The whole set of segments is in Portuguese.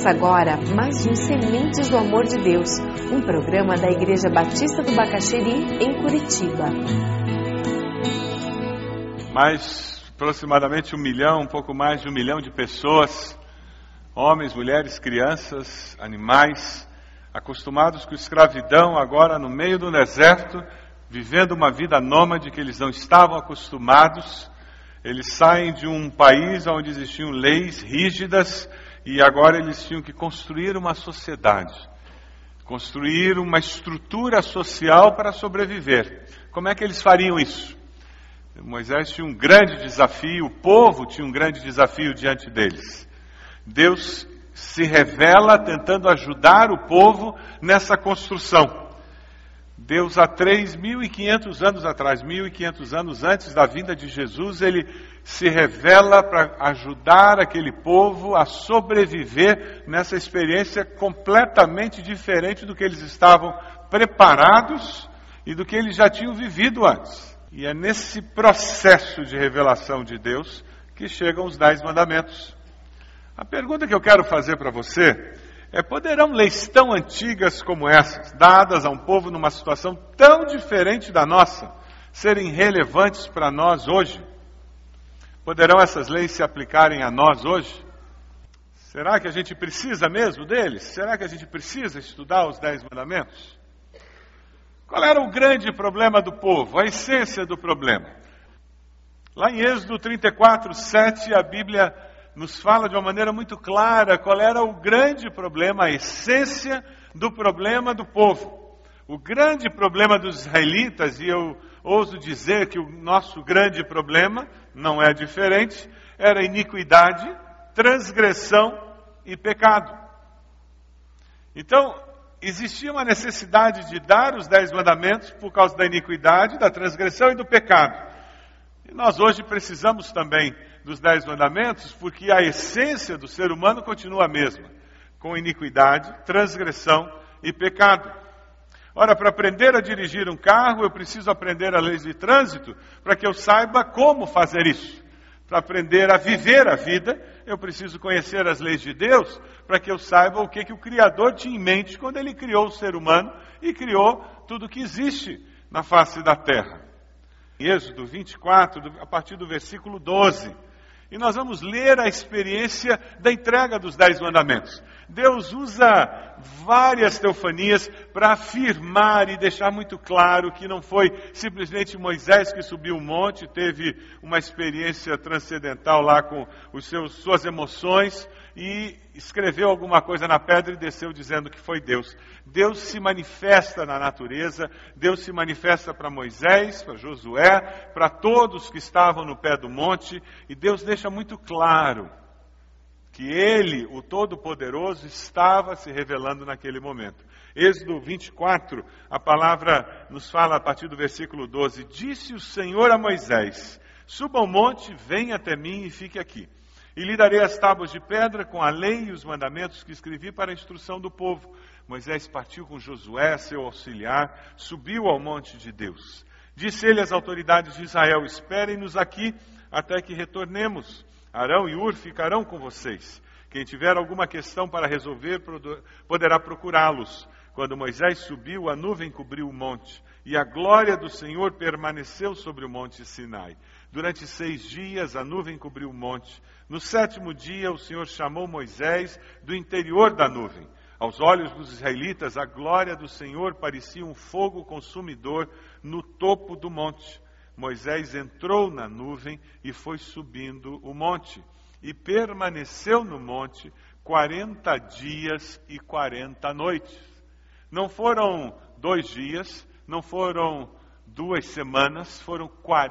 Começa agora mais um Sementes do Amor de Deus, um programa da Igreja Batista do Bacaxeri, em Curitiba. Mais aproximadamente 1 milhão, um pouco mais de 1 milhão de pessoas, homens, mulheres, crianças, animais, acostumados com escravidão, agora no meio do deserto, vivendo uma vida nômade que eles não estavam acostumados. Eles saem de um país onde existiam leis rígidas e agora eles tinham que construir uma sociedade, construir uma estrutura social para sobreviver. Como é que eles fariam isso? Moisés tinha um grande desafio, o povo tinha um grande desafio diante deles. Deus se revela tentando ajudar o povo nessa construção. Deus, há 3.500 anos atrás, 1.500 anos antes da vinda de Jesus, ele se revela para ajudar aquele povo a sobreviver nessa experiência completamente diferente do que eles estavam preparados e do que eles já tinham vivido antes. E é nesse processo de revelação de Deus que chegam os 10 mandamentos. A pergunta que eu quero fazer para você é: poderão leis tão antigas como essas, dadas a um povo numa situação tão diferente da nossa, serem relevantes para nós hoje? Poderão essas leis se aplicarem a nós hoje? Será que a gente precisa mesmo deles? Será que a gente precisa estudar os 10 mandamentos? Qual era o grande problema do povo, a essência do problema? Lá em Êxodo 34:7, a Bíblia nos fala de uma maneira muito clara qual era o grande problema, a essência do problema do povo. O grande problema dos israelitas, e eu ouso dizer que o nosso grande problema não é diferente, era iniquidade, transgressão e pecado. Então, existia uma necessidade de dar os 10 mandamentos por causa da iniquidade, da transgressão e do pecado. E nós hoje precisamos também dos 10 mandamentos, porque a essência do ser humano continua a mesma, com iniquidade, transgressão e pecado. Ora, para aprender a dirigir um carro, eu preciso aprender as leis de trânsito, para que eu saiba como fazer isso. Para aprender a viver a vida, eu preciso conhecer as leis de Deus, para que eu saiba o que o Criador tinha em mente quando ele criou o ser humano e criou tudo que existe na face da terra. Em Êxodo 24, a partir do versículo 12. E nós vamos ler a experiência da entrega dos 10 mandamentos. Deus usa várias teofanias para afirmar e deixar muito claro que não foi simplesmente Moisés que subiu o monte, teve uma experiência transcendental lá com suas emoções e escreveu alguma coisa na pedra e desceu dizendo que foi Deus. Deus se manifesta na natureza, Deus se manifesta para Moisés, para Josué, para todos que estavam no pé do monte, e Deus deixa muito claro que Ele, o Todo-Poderoso, estava se revelando naquele momento. Êxodo 24, a palavra nos fala a partir do versículo 12: Disse o Senhor a Moisés: Suba ao monte, venha até mim e fique aqui. E lhe darei as tábuas de pedra com a lei e os mandamentos que escrevi para a instrução do povo. Moisés partiu com Josué, seu auxiliar, subiu ao monte de Deus. Disse ele às autoridades de Israel: Esperem-nos aqui até que retornemos. Arão e Hur ficarão com vocês. Quem tiver alguma questão para resolver poderá procurá-los. Quando Moisés subiu, a nuvem cobriu o monte, e a glória do Senhor permaneceu sobre o monte Sinai. Durante 6 dias a nuvem cobriu o monte. No 7º dia o Senhor chamou Moisés do interior da nuvem. Aos olhos dos israelitas, a glória do Senhor parecia um fogo consumidor no topo do monte. Moisés entrou na nuvem e foi subindo o monte. E permaneceu no monte 40 dias e 40 noites. Não foram 2 dias, não foram 2 semanas, foram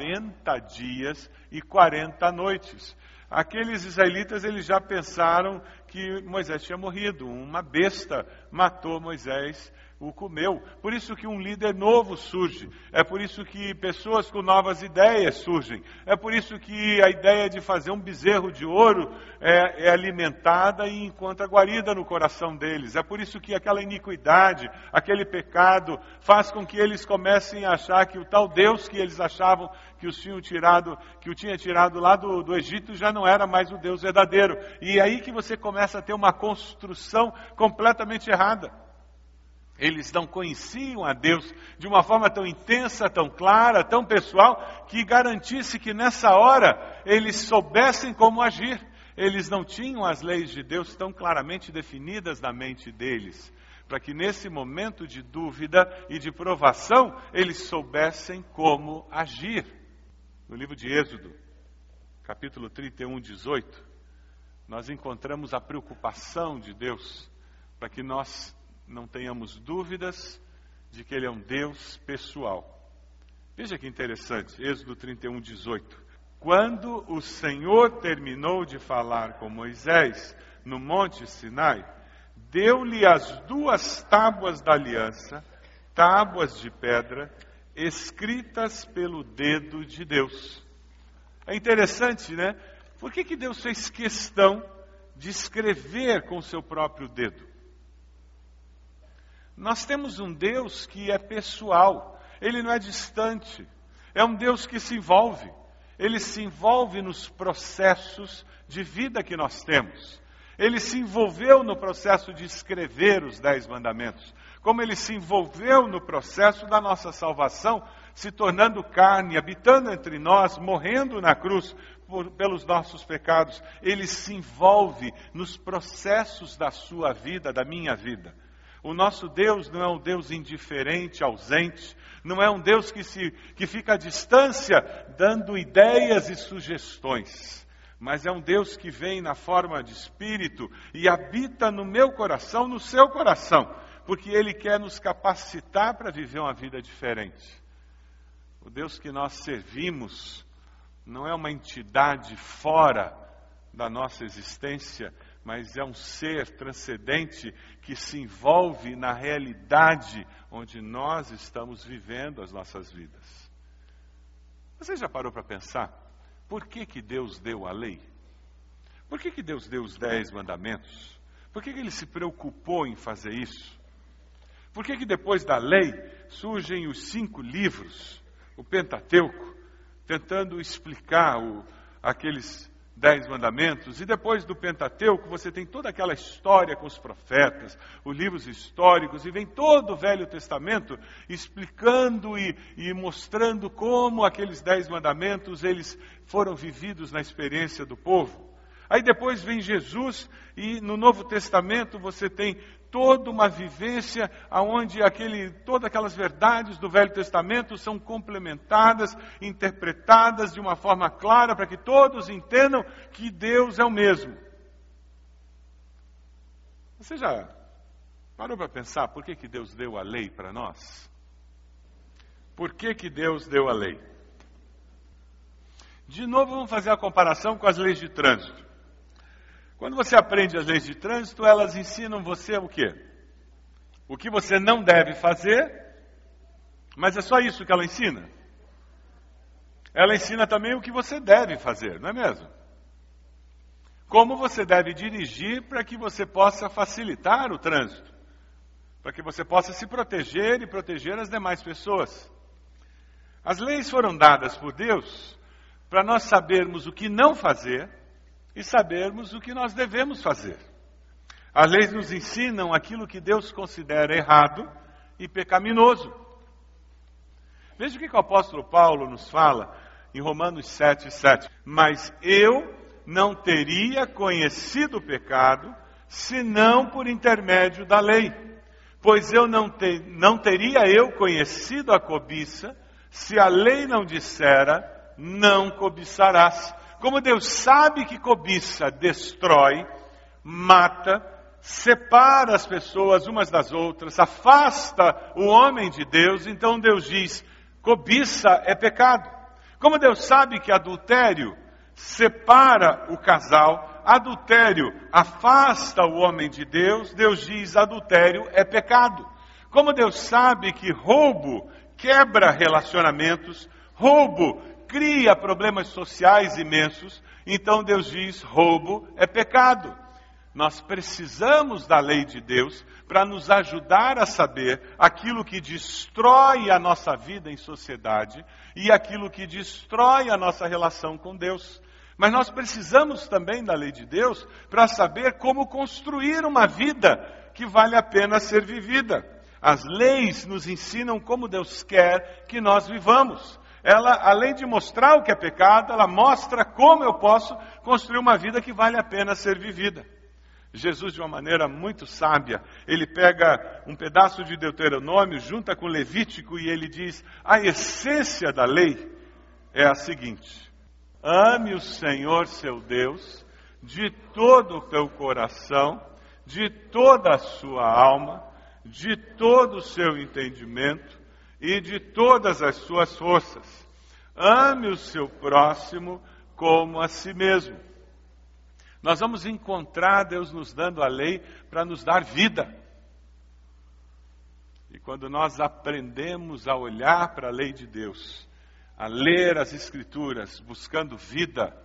40 dias e 40 noites. Aqueles israelitas, eles já pensaram que Moisés tinha morrido. Uma besta matou Moisés, o comeu. Por isso que um líder novo surge. É por isso que pessoas com novas ideias surgem. É por isso que a ideia de fazer um bezerro de ouro é alimentada e encontra guarida no coração deles. É por isso que aquela iniquidade, aquele pecado, faz com que eles comecem a achar que o tal Deus que eles achavam que o tinha tirado lá do Egito já não era mais o Deus verdadeiro. E é aí que você começa a ter uma construção completamente errada. Eles não conheciam a Deus de uma forma tão intensa, tão clara, tão pessoal, que garantisse que nessa hora eles soubessem como agir. Eles não tinham as leis de Deus tão claramente definidas na mente deles, para que nesse momento de dúvida e de provação, eles soubessem como agir. No livro de Êxodo, capítulo 31, 18, nós encontramos a preocupação de Deus para que nós não tenhamos dúvidas de que Ele é um Deus pessoal. Veja que interessante, Êxodo 31, 18. Quando o Senhor terminou de falar com Moisés no Monte Sinai, deu-lhe as 2 tábuas da aliança, tábuas de pedra, escritas pelo dedo de Deus. É interessante, né? Por que Deus fez questão de escrever com o seu próprio dedo? Nós temos um Deus que é pessoal, Ele não é distante, é um Deus que se envolve, Ele se envolve nos processos de vida que nós temos. Ele se envolveu no processo de escrever os 10 mandamentos, como Ele se envolveu no processo da nossa salvação, se tornando carne, habitando entre nós, morrendo na cruz pelos nossos pecados. Ele se envolve nos processos da sua vida, da minha vida. O nosso Deus não é um Deus indiferente, ausente, não é um Deus que fica à distância dando ideias e sugestões, mas é um Deus que vem na forma de Espírito e habita no meu coração, no seu coração, porque Ele quer nos capacitar para viver uma vida diferente. O Deus que nós servimos não é uma entidade fora da nossa existência, mas é um ser transcendente que se envolve na realidade onde nós estamos vivendo as nossas vidas. Você já parou para pensar? Por que Deus deu a lei? Por que Deus deu os 10 mandamentos? Por que Ele se preocupou em fazer isso? Por que depois da lei surgem os 5 livros, o Pentateuco, tentando explicar aqueles 10 mandamentos, e depois do Pentateuco você tem toda aquela história com os profetas, os livros históricos, e vem todo o Velho Testamento explicando e mostrando como aqueles 10 mandamentos eles foram vividos na experiência do povo. Aí depois vem Jesus e no Novo Testamento você tem toda uma vivência onde todas aquelas verdades do Velho Testamento são complementadas, interpretadas de uma forma clara para que todos entendam que Deus é o mesmo. Você já parou para pensar por que Deus deu a lei para nós? Por que Deus deu a lei? De novo vamos fazer a comparação com as leis de trânsito. Quando você aprende as leis de trânsito, elas ensinam você o quê? O que você não deve fazer, mas é só isso que ela ensina. Ela ensina também o que você deve fazer, não é mesmo? Como você deve dirigir para que você possa facilitar o trânsito, para que você possa se proteger e proteger as demais pessoas. As leis foram dadas por Deus para nós sabermos o que não fazer e sabermos o que nós devemos fazer. As leis nos ensinam aquilo que Deus considera errado e pecaminoso. Veja o que o apóstolo Paulo nos fala em Romanos 7:7. Mas eu não teria conhecido o pecado, senão por intermédio da lei. Pois eu não teria eu conhecido a cobiça, se a lei não dissera, não cobiçarás. Como Deus sabe que cobiça destrói, mata, separa as pessoas umas das outras, afasta o homem de Deus, então Deus diz, cobiça é pecado. Como Deus sabe que adultério separa o casal, adultério afasta o homem de Deus, Deus diz, adultério é pecado. Como Deus sabe que roubo quebra relacionamentos, roubo cria problemas sociais imensos, então Deus diz: roubo é pecado. Nós precisamos da lei de Deus para nos ajudar a saber aquilo que destrói a nossa vida em sociedade e aquilo que destrói a nossa relação com Deus. Mas nós precisamos também da lei de Deus para saber como construir uma vida que vale a pena ser vivida. As leis nos ensinam como Deus quer que nós vivamos. Ela, além de mostrar o que é pecado, ela mostra como eu posso construir uma vida que vale a pena ser vivida. Jesus, de uma maneira muito sábia, ele pega um pedaço de Deuteronômio, junta com Levítico e ele diz: a essência da lei é a seguinte: ame o Senhor seu Deus de todo o teu coração, de toda a sua alma, de todo o seu entendimento e de todas as suas forças. Ame o seu próximo como a si mesmo. Nós vamos encontrar Deus nos dando a lei para nos dar vida. E quando nós aprendemos a olhar para a lei de Deus, a ler as Escrituras buscando vida,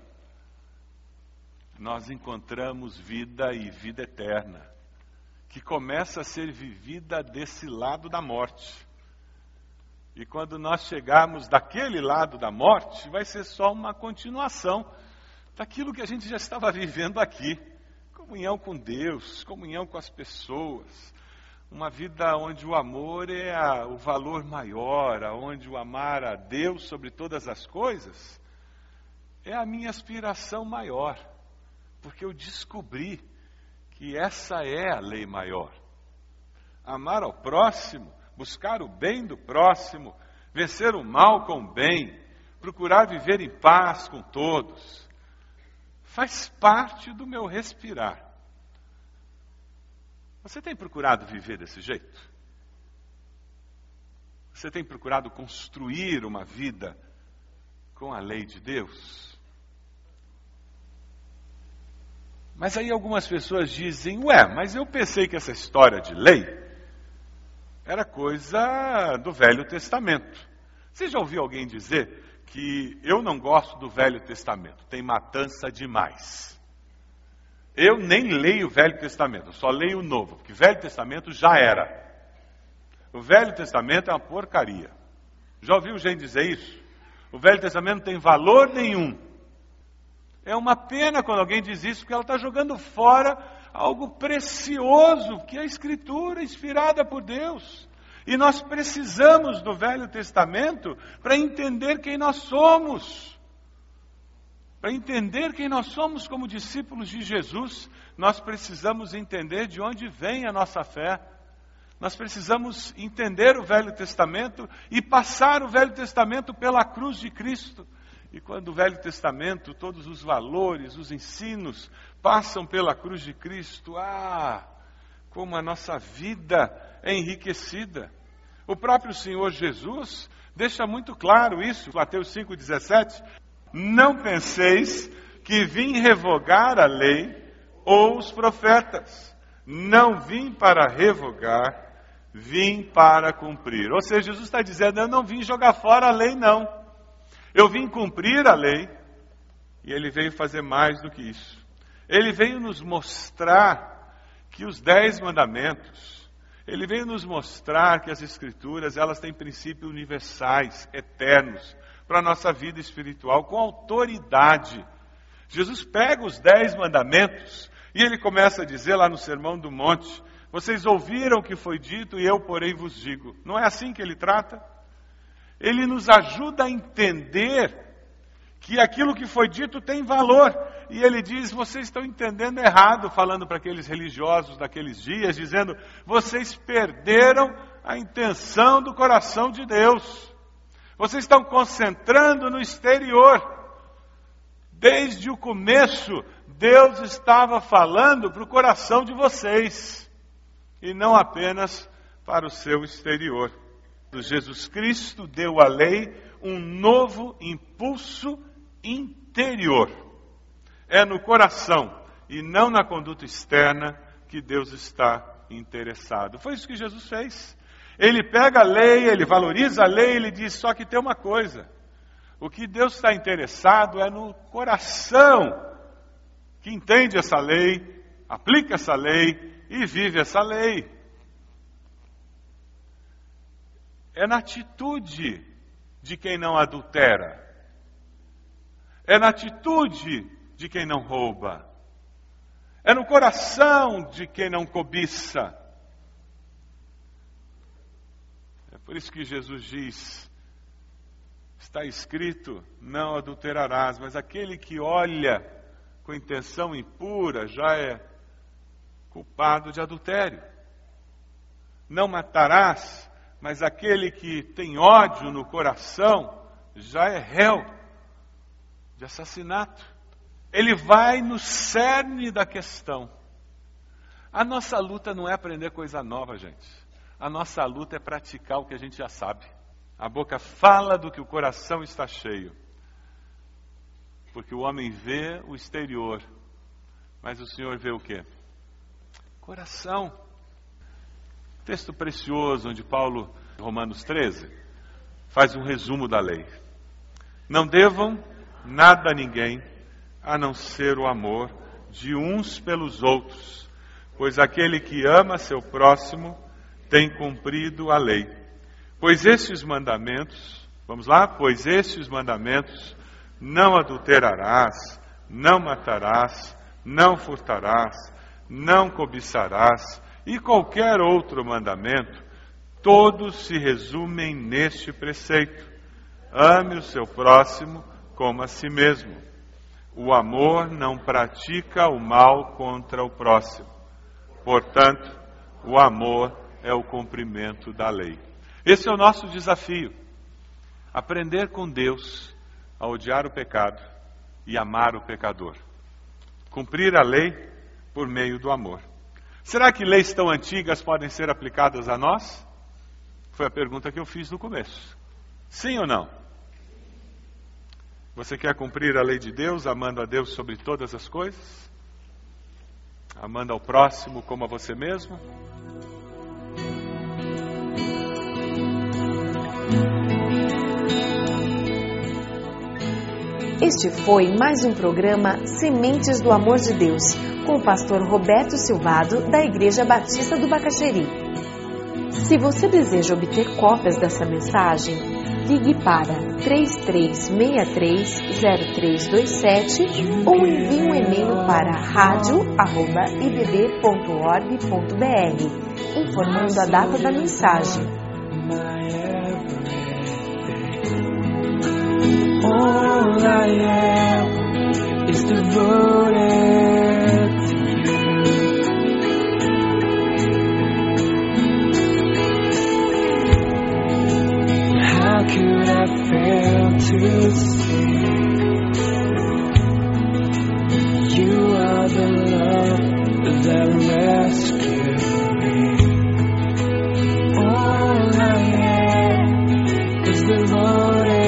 nós encontramos vida e vida eterna, que começa a ser vivida desse lado da morte. E quando nós chegarmos daquele lado da morte, vai ser só uma continuação daquilo que a gente já estava vivendo aqui. Comunhão com Deus, comunhão com as pessoas. Uma vida onde o amor é o valor maior, onde o amar a Deus sobre todas as coisas é a minha aspiração maior. Porque eu descobri que essa é a lei maior. Amar ao próximo, buscar o bem do próximo, vencer o mal com o bem, procurar viver em paz com todos. Faz parte do meu respirar. Você tem procurado viver desse jeito? Você tem procurado construir uma vida com a lei de Deus? Mas aí algumas pessoas dizem: mas eu pensei que essa história de lei era coisa do Velho Testamento. Você já ouviu alguém dizer que eu não gosto do Velho Testamento, tem matança demais? Eu nem leio o Velho Testamento, eu só leio o Novo, porque o Velho Testamento já era. O Velho Testamento é uma porcaria. Já ouviu gente dizer isso? O Velho Testamento não tem valor nenhum. É uma pena quando alguém diz isso, porque ela está jogando fora algo precioso, que é a Escritura inspirada por Deus. E nós precisamos do Velho Testamento para entender quem nós somos. Para entender quem nós somos como discípulos de Jesus, nós precisamos entender de onde vem a nossa fé. Nós precisamos entender o Velho Testamento e passar o Velho Testamento pela cruz de Cristo. E quando o Velho Testamento, todos os valores, os ensinos, passam pela cruz de Cristo, como a nossa vida é enriquecida. O próprio Senhor Jesus deixa muito claro isso, Mateus 5,17. Não penseis que vim revogar a lei ou os profetas. Não vim para revogar, vim para cumprir. Ou seja, Jesus está dizendo: eu não vim jogar fora a lei, não. Eu vim cumprir a lei. E ele veio fazer mais do que isso. Ele veio nos mostrar que os 10 mandamentos, ele veio nos mostrar que as Escrituras, elas têm princípios universais, eternos, para a nossa vida espiritual, com autoridade. Jesus pega os 10 mandamentos e ele começa a dizer lá no Sermão do Monte: vocês ouviram o que foi dito e eu, porém, vos digo. Não é assim que ele trata? Ele nos ajuda a entender que aquilo que foi dito tem valor. E ele diz: vocês estão entendendo errado, falando para aqueles religiosos daqueles dias, dizendo: vocês perderam a intenção do coração de Deus. Vocês estão concentrando no exterior. Desde o começo, Deus estava falando para o coração de vocês, e não apenas para o seu exterior. Jesus Cristo deu à lei um novo impulso interior. É no coração e não na conduta externa que Deus está interessado. Foi isso que Jesus fez. Ele pega a lei, ele valoriza a lei, ele diz, só que tem uma coisa. O que Deus está interessado é no coração que entende essa lei, aplica essa lei e vive essa lei. É na atitude de quem não adultera. É na atitude de quem não rouba. É no coração de quem não cobiça. É por isso que Jesus diz, está escrito, não adulterarás, mas aquele que olha com intenção impura já é culpado de adultério. Não matarás, mas aquele que tem ódio no coração já é réu de assassinato. Ele vai no cerne da questão. A nossa luta não é aprender coisa nova, gente. A nossa luta é praticar o que a gente já sabe. A boca fala do que o coração está cheio. Porque o homem vê o exterior, mas o Senhor vê o quê? Coração. Texto precioso onde Paulo, em Romanos 13, faz um resumo da lei. Não devam nada a ninguém, a não ser o amor de uns pelos outros, pois aquele que ama seu próximo tem cumprido a lei. Pois estes mandamentos, vamos lá? Pois estes mandamentos, não adulterarás, não matarás, não furtarás, não cobiçarás, e qualquer outro mandamento, todos se resumem neste preceito. Ame o seu próximo como a si mesmo. O amor não pratica o mal contra o próximo. Portanto, o amor é o cumprimento da lei. Esse é o nosso desafio. Aprender com Deus a odiar o pecado e amar o pecador. Cumprir a lei por meio do amor. Será que leis tão antigas podem ser aplicadas a nós? Foi a pergunta que eu fiz no começo. Sim ou não? Você quer cumprir a lei de Deus, amando a Deus sobre todas as coisas? Amando ao próximo como a você mesmo? Este foi mais um programa Sementes do Amor de Deus, com o pastor Roberto Silvado, da Igreja Batista do Bacaxeri. Se você deseja obter cópias dessa mensagem, ligue para 3363-0327 ou envie um e-mail para radio@ibb.org.br, informando a data da mensagem. All I am is devoted to you. How could I fail to see you are the love that rescued me? All I am is devoted.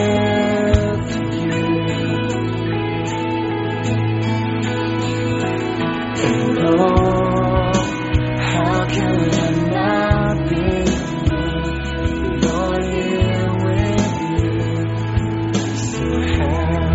Lord, here with you, so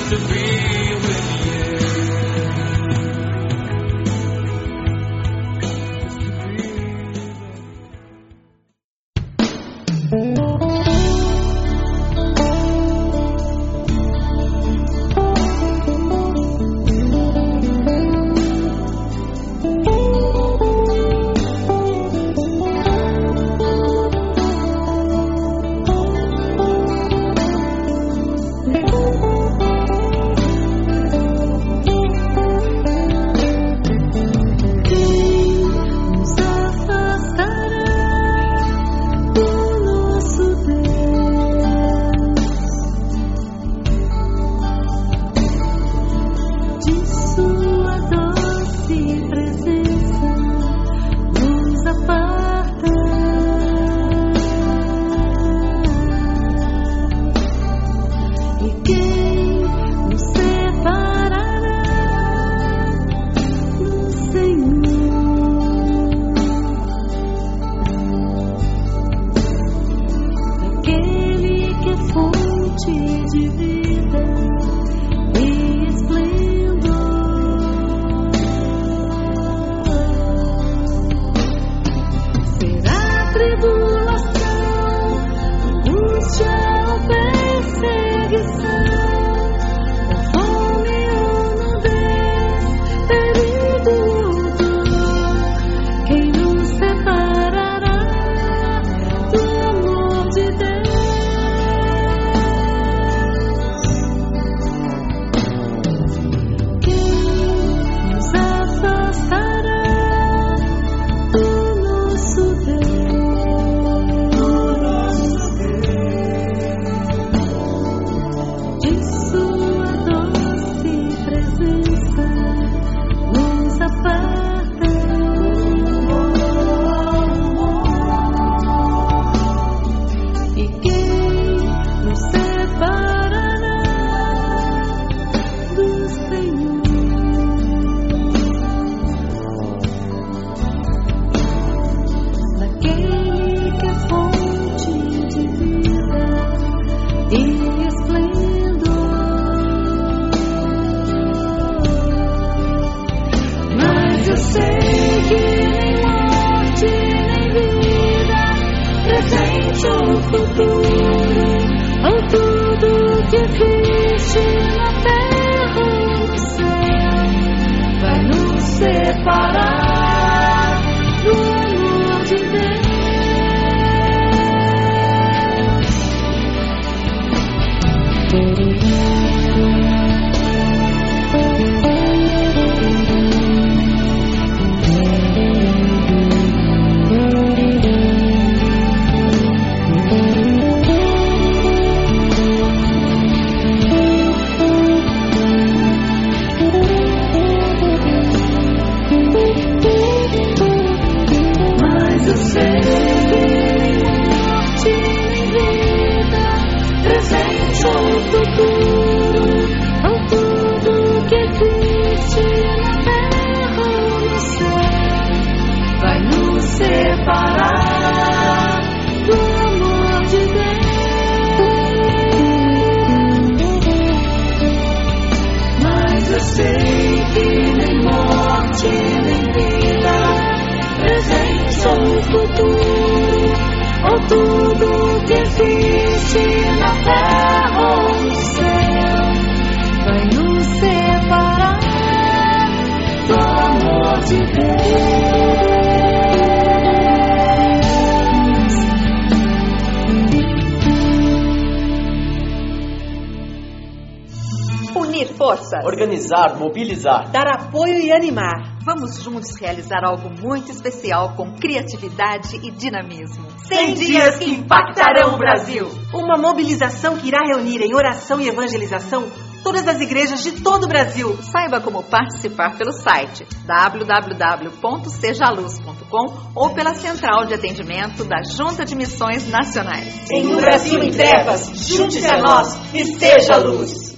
to be with you. Organizar, mobilizar, dar apoio e animar. Vamos juntos realizar algo muito especial com criatividade e dinamismo. 100 dias que impactarão o Brasil. Uma mobilização que irá reunir em oração e evangelização todas as igrejas de todo o Brasil. Saiba como participar pelo site www.sejaluz.com ou pela central de atendimento da Junta de Missões Nacionais. Em um Brasil em trevas, junte-se a nós e seja luz.